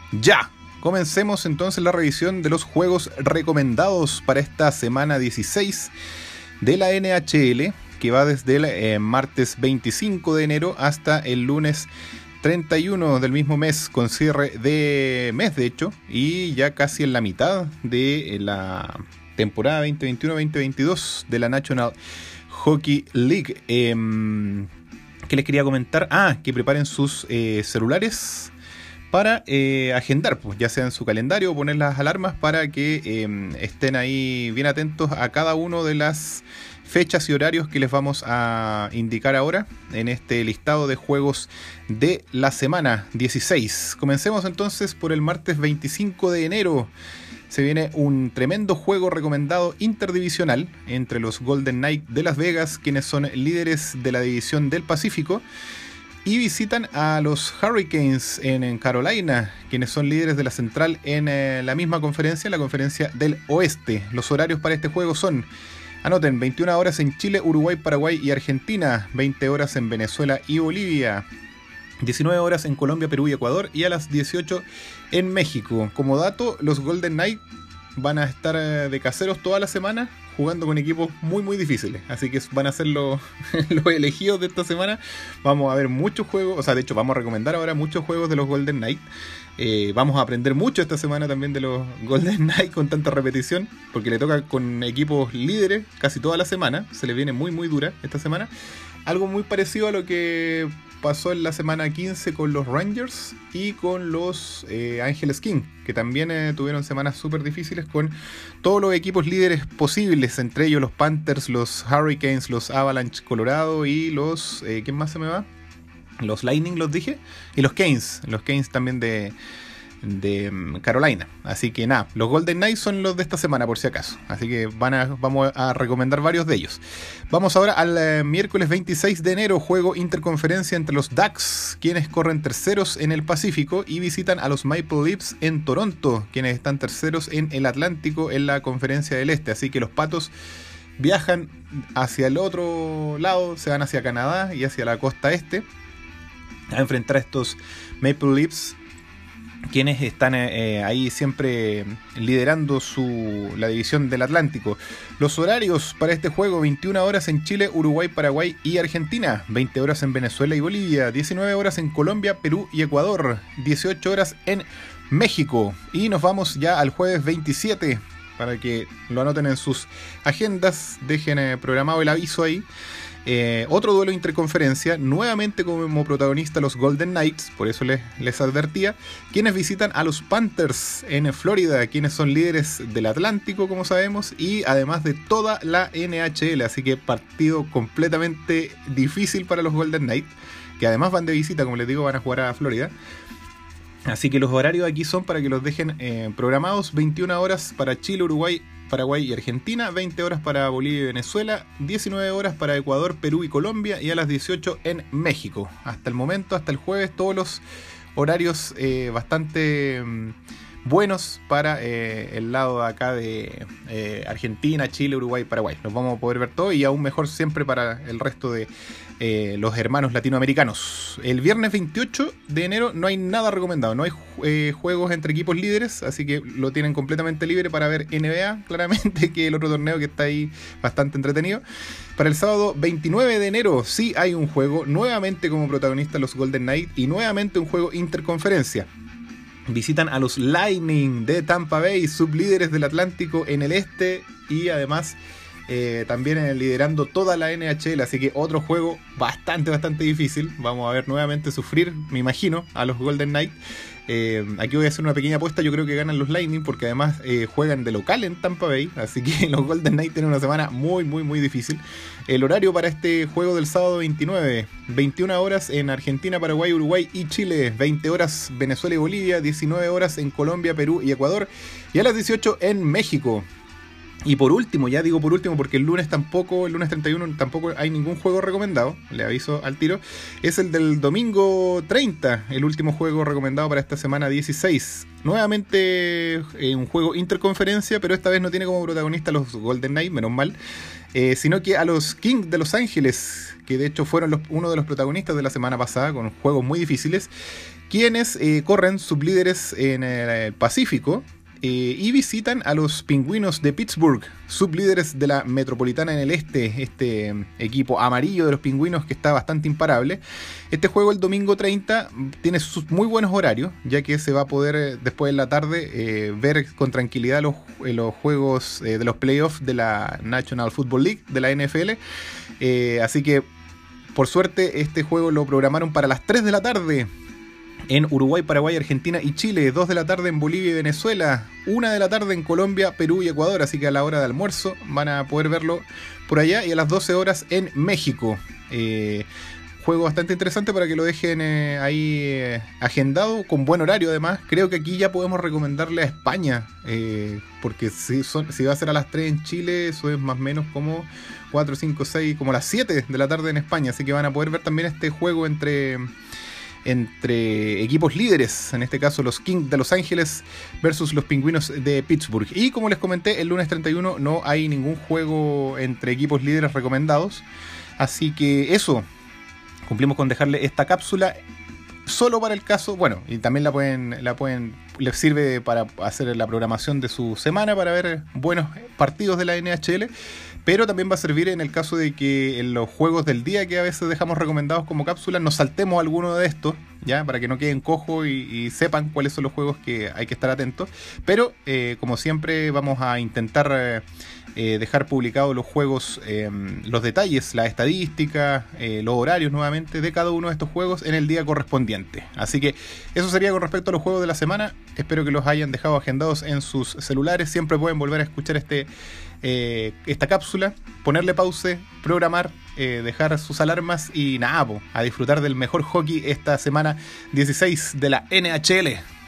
Ya, comencemos entonces la revisión de los juegos recomendados para esta semana 16 de la NHL, que va desde el martes 25 de enero hasta el lunes 31 del mismo mes, con cierre de mes de hecho, y ya casi en la mitad de la temporada 2021-2022 de la National Hockey League. ¿Qué les quería comentar? Que preparen sus celulares para agendar, pues, ya sea en su calendario o poner las alarmas para que estén ahí bien atentos a cada uno de las fechas y horarios que les vamos a indicar ahora en este listado de juegos de la semana 16. Comencemos entonces por el martes 25 de enero. Se viene un tremendo juego recomendado interdivisional entre los Golden Knights de Las Vegas, quienes son líderes de la división del Pacífico, y visitan a los Hurricanes en Carolina, quienes son líderes de la central en la misma conferencia, la conferencia del Oeste. Los horarios para este juego son, anoten, 21 horas en Chile, Uruguay, Paraguay y Argentina, 20 horas en Venezuela y Bolivia, 19 horas en Colombia, Perú y Ecuador, y a las 18 en México. Como dato, los Golden Knights van a estar de caseros toda la semana jugando con equipos muy muy difíciles, así que van a ser los elegidos de esta semana. Vamos a ver muchos juegos, o sea, de hecho vamos a recomendar ahora muchos juegos de los Golden Knights. Vamos a aprender mucho esta semana también de los Golden Knights con tanta repetición, porque le toca con equipos líderes casi toda la semana. Se les viene muy muy dura esta semana, algo muy parecido a lo que pasó en la semana 15 con los Rangers y con los Angeles Kings, que también tuvieron semanas súper difíciles con todos los equipos líderes posibles, entre ellos los Panthers, los Hurricanes, los Avalanche Colorado y los... ¿quién más se me va? Los Lightning, los dije, y los Canes también de Carolina. Así que nada, los Golden Knights son los de esta semana por si acaso, así que vamos a recomendar varios de ellos. Vamos ahora al miércoles 26 de enero, juego interconferencia entre los Ducks, quienes corren terceros en el Pacífico, y visitan a los Maple Leafs en Toronto, quienes están terceros en el Atlántico en la conferencia del Este. Así que los Patos viajan hacia el otro lado, se van hacia Canadá y hacia la costa este a enfrentar a estos Maple Leafs, quienes están ahí siempre liderando la división del Atlántico. Los horarios para este juego: 21 horas en Chile, Uruguay, Paraguay y Argentina, 20 horas en Venezuela y Bolivia, 19 horas en Colombia, Perú y Ecuador, 18 horas en México. Y nos vamos ya al jueves 27, para que lo anoten en sus agendas, dejen programado el aviso ahí. Otro duelo interconferencia, nuevamente como protagonista los Golden Knights, por eso les advertía, quienes visitan a los Panthers en Florida, quienes son líderes del Atlántico, como sabemos, y además de toda la NHL. Así que partido completamente difícil para los Golden Knights, que además van de visita, como les digo, van a jugar a Florida. Así que los horarios aquí son para que los dejen programados: 21 horas para Chile, Uruguay, Paraguay y Argentina, 20 horas para Bolivia y Venezuela, 19 horas para Ecuador, Perú y Colombia, y a las 18 en México. Hasta el momento, hasta el jueves, todos los horarios bastante buenos para el lado de acá de Argentina, Chile, Uruguay, Paraguay. Los vamos a poder ver todo, y aún mejor siempre para el resto de los hermanos latinoamericanos. El viernes 28 de enero no hay nada recomendado, no hay juegos entre equipos líderes, así que lo tienen completamente libre para ver NBA, claramente, que es el otro torneo que está ahí bastante entretenido. Para el sábado 29 de enero sí hay un juego, nuevamente como protagonista los Golden Knights, y nuevamente un juego interconferencia. Visitan a los Lightning de Tampa Bay, sublíderes del Atlántico en el este, y además también liderando toda la NHL. Así que otro juego bastante difícil. Vamos a ver nuevamente sufrir, me imagino, a los Golden Knights. Aquí voy a hacer una pequeña apuesta. Yo creo que ganan los Lightning, porque además juegan de local en Tampa Bay, así que los Golden Knights tienen una semana muy difícil. El horario para este juego del sábado 29: 21 horas en Argentina, Paraguay, Uruguay y Chile, 20 horas Venezuela y Bolivia, 19 horas en Colombia, Perú y Ecuador, y a las 18 en México. Y por último, ya digo por último porque el lunes 31 tampoco hay ningún juego recomendado, le aviso al tiro, es el del domingo 30, el último juego recomendado para esta semana 16. Nuevamente un juego interconferencia, pero esta vez no tiene como protagonista a los Golden Knights, menos mal, sino que a los Kings de Los Ángeles, que de hecho fueron uno de los protagonistas de la semana pasada con juegos muy difíciles. quienes corren sublíderes en el Pacífico y visitan a los Pingüinos de Pittsburgh, sublíderes de la Metropolitana en el este equipo amarillo de los Pingüinos que está bastante imparable. Este juego el domingo 30 tiene sus muy buenos horarios, ya que se va a poder después en la tarde ver con tranquilidad los juegos de los playoffs de la National Football League, de la NFL. Así que, por suerte, este juego lo programaron para las 3 de la tarde en Uruguay, Paraguay, Argentina y Chile, 2 de la tarde en Bolivia y Venezuela, 1 de la tarde en Colombia, Perú y Ecuador, así que a la hora de almuerzo van a poder verlo por allá, y a las 12 horas en México. Juego bastante interesante para que lo dejen ahí agendado, con buen horario además. Creo que aquí ya podemos recomendarle a España, porque si va a ser a las 3 en Chile, eso es más o menos como 4, 5, 6, como las 7 de la tarde en España, así que van a poder ver también este juego entre equipos líderes, en este caso los Kings de Los Ángeles versus los Pingüinos de Pittsburgh. Y como les comenté, el lunes 31 no hay ningún juego entre equipos líderes recomendados, así que eso, cumplimos con dejarle esta cápsula solo para el caso, bueno, y también les sirve para hacer la programación de su semana, para ver buenos partidos de la NHL, pero también va a servir en el caso de que en los juegos del día que a veces dejamos recomendados como cápsulas nos saltemos alguno de estos, ya, para que no queden cojos y sepan cuáles son los juegos que hay que estar atentos. Pero como siempre vamos a intentar dejar publicados los juegos, los detalles, las estadísticas, los horarios nuevamente de cada uno de estos juegos en el día correspondiente. Así que eso sería con respecto a los juegos de la semana. Espero que los hayan dejado agendados en sus celulares. Siempre pueden volver a escuchar esta cápsula, ponerle pause, programar, dejar sus alarmas y nada, a disfrutar del mejor hockey esta semana 16 de la NHL.